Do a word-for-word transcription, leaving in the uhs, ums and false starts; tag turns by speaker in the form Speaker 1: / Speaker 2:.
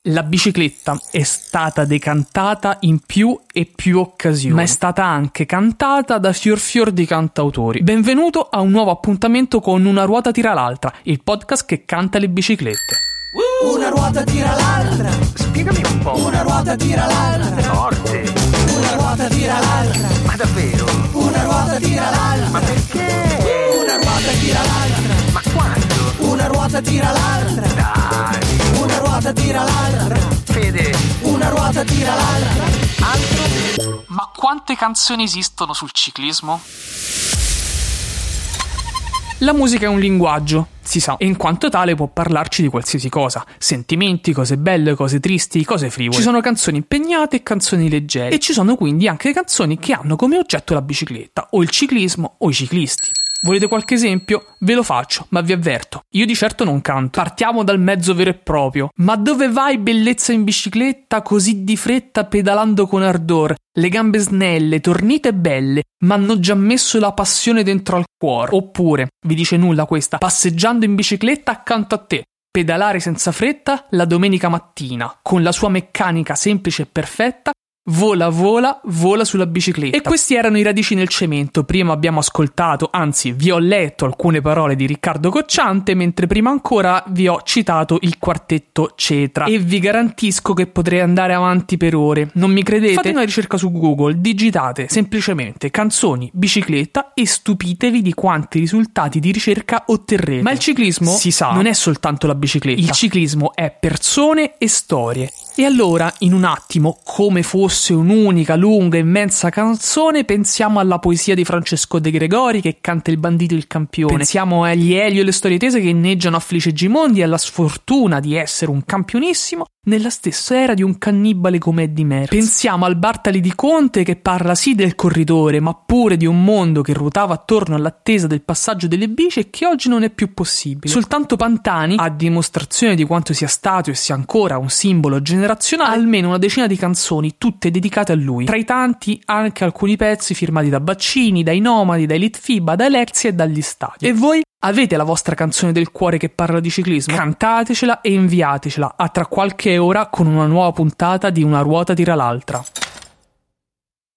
Speaker 1: La bicicletta è stata decantata in più e più occasioni, ma è stata anche cantata da fior fior di cantautori. Benvenuto a un nuovo appuntamento con Una ruota tira l'altra, il podcast che canta le biciclette.
Speaker 2: Una ruota tira l'altra.
Speaker 3: Spiegami un po'.
Speaker 2: Una ruota tira l'altra.
Speaker 3: Forte.
Speaker 2: Una ruota tira l'altra.
Speaker 3: Ma davvero?
Speaker 2: Una ruota tira l'altra.
Speaker 3: Ma perché?
Speaker 2: Una ruota tira l'altra.
Speaker 3: Ma quando?
Speaker 2: Una ruota tira l'altra.
Speaker 3: Dai.
Speaker 2: Una ruota tira l'altra.
Speaker 3: Fede.
Speaker 2: Una ruota tira l'altra.
Speaker 3: Altro?
Speaker 1: Ma quante canzoni esistono sul ciclismo? La musica è un linguaggio, si sa, e in quanto tale può parlarci di qualsiasi cosa. Sentimenti, cose belle, cose tristi, cose frivole. Ci sono canzoni impegnate e canzoni leggere, e ci sono quindi anche canzoni che hanno come oggetto la bicicletta, o il ciclismo, o i ciclisti. Volete qualche esempio? Ve lo faccio, ma vi avverto, io di certo non canto. Partiamo dal mezzo vero e proprio. Ma dove vai, bellezza in bicicletta, così di fretta pedalando con ardor? Le gambe snelle, tornite e belle, m'hanno già messo la passione dentro al cuore. Oppure, vi dice nulla questa, passeggiando in bicicletta accanto a te. Pedalare senza fretta la domenica mattina, con la sua meccanica semplice e perfetta. Vola, vola, vola sulla bicicletta. E questi erano i Radici nel cemento. Prima abbiamo ascoltato, anzi vi ho letto alcune parole di Riccardo Cocciante, mentre prima ancora vi ho citato il quartetto Cetra. E vi garantisco che potrei andare avanti per ore. Non mi credete? Fate una ricerca su Google, digitate semplicemente canzoni bicicletta e stupitevi di quanti risultati di ricerca otterrete. Ma il ciclismo, si sa, non è soltanto la bicicletta. Il ciclismo è persone e storie. E allora, in un attimo, come fosse un'unica, lunga, immensa canzone, pensiamo alla poesia di Francesco De Gregori che canta Il bandito e il campione. Pensiamo agli Elio e le storie tese che inneggiano a Felice Gimondi e alla sfortuna di essere un campionissimo nella stessa era di un cannibale come Eddie Merckx. Pensiamo al Bartali di Conte che parla sì del corridore, ma pure di un mondo che ruotava attorno all'attesa del passaggio delle bici e che oggi non è più possibile. Soltanto Pantani, a dimostrazione di quanto sia stato e sia ancora un simbolo generazionale, almeno una decina di canzoni, tutte dedicate a lui. Tra i tanti anche alcuni pezzi firmati da Baccini, dai Nomadi, dai Litfiba, da Alexia e dagli Stadi. E voi? Avete la vostra canzone del cuore che parla di ciclismo? Cantatecela e inviatecela a tra qualche ora con una nuova puntata di Una ruota tira l'altra.